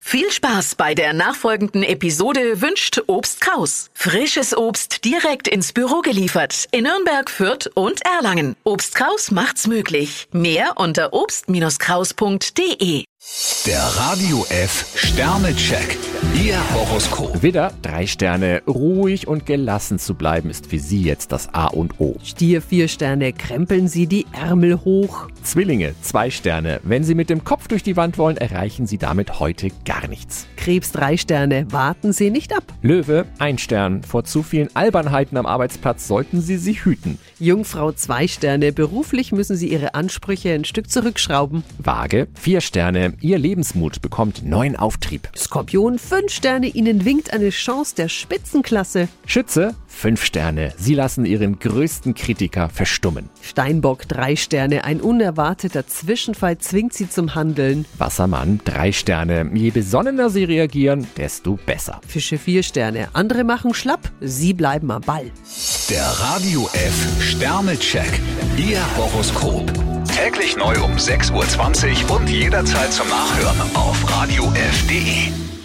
Viel Spaß bei der nachfolgenden Episode wünscht Obst Kraus. Frisches Obst direkt ins Büro geliefert in Nürnberg, Fürth und Erlangen. Obst Kraus macht's möglich. Mehr unter obst-kraus.de. Der Radio F Sternecheck. Ihr Horoskop. Widder, 3 Sterne. Ruhig und gelassen zu bleiben ist für Sie jetzt das A und O. Stier, 4 Sterne, krempeln Sie die Ärmel hoch. Zwillinge, 2 Sterne. Wenn Sie mit dem Kopf durch die Wand wollen, erreichen Sie damit heute gar nichts. Krebs, 3 Sterne, warten Sie nicht ab. Löwe, 1 Stern. Vor zu vielen Albernheiten am Arbeitsplatz sollten Sie sich hüten. Jungfrau, 2 Sterne, beruflich müssen Sie Ihre Ansprüche ein Stück zurückschrauben. Waage, 4 Sterne. Ihr Lebensmut bekommt neuen Auftrieb. Skorpion, 5 Sterne, Ihnen winkt eine Chance der Spitzenklasse. Schütze, 5 Sterne. Sie lassen Ihren größten Kritiker verstummen. Steinbock, 3 Sterne, ein unerwarteter Zwischenfall zwingt Sie zum Handeln. Wassermann, 3 Sterne. Je besonnener Sie reagieren, desto besser. Fische, 4 Sterne, andere machen schlapp, Sie bleiben am Ball. Der Radio F Sternecheck. Ihr Horoskop. Täglich neu um 6:20 Uhr und jederzeit zum Nachhören auf radiof.de.